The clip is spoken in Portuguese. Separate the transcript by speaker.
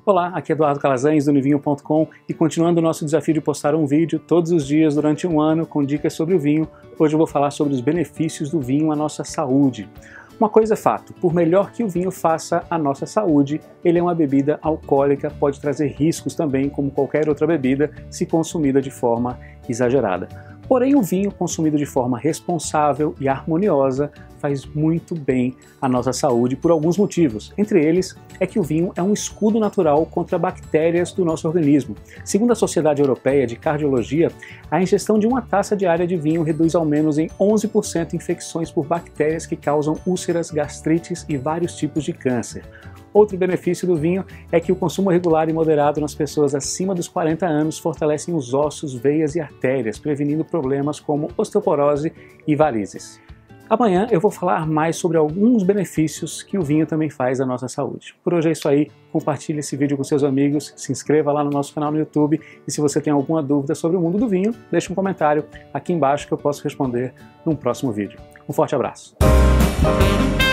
Speaker 1: Olá, aqui é Eduardo Calazans do Nivinho.com e continuando o nosso desafio de postar um vídeo todos os dias durante um ano com dicas sobre o vinho, hoje eu vou falar sobre os benefícios do vinho à nossa saúde. Uma coisa é fato, por melhor que o vinho faça à nossa saúde, ele é uma bebida alcoólica, pode trazer riscos também, como qualquer outra bebida, se consumida de forma exagerada. Porém, o vinho consumido de forma responsável e harmoniosa faz muito bem à nossa saúde por alguns motivos. Entre eles, é que o vinho é um escudo natural contra bactérias do nosso organismo. Segundo a Sociedade Europeia de Cardiologia, a ingestão de uma taça diária de vinho reduz ao menos em 11% infecções por bactérias que causam úlceras, gastrites e vários tipos de câncer. Outro benefício do vinho é que o consumo regular e moderado nas pessoas acima dos 40 anos fortalecem os ossos, veias e artérias, prevenindo problemas como osteoporose e varizes. Amanhã eu vou falar mais sobre alguns benefícios que o vinho também faz à nossa saúde. Por hoje é isso aí, compartilhe esse vídeo com seus amigos, se inscreva lá no nosso canal no YouTube e se você tem alguma dúvida sobre o mundo do vinho, deixe um comentário aqui embaixo que eu posso responder num próximo vídeo. Um forte abraço!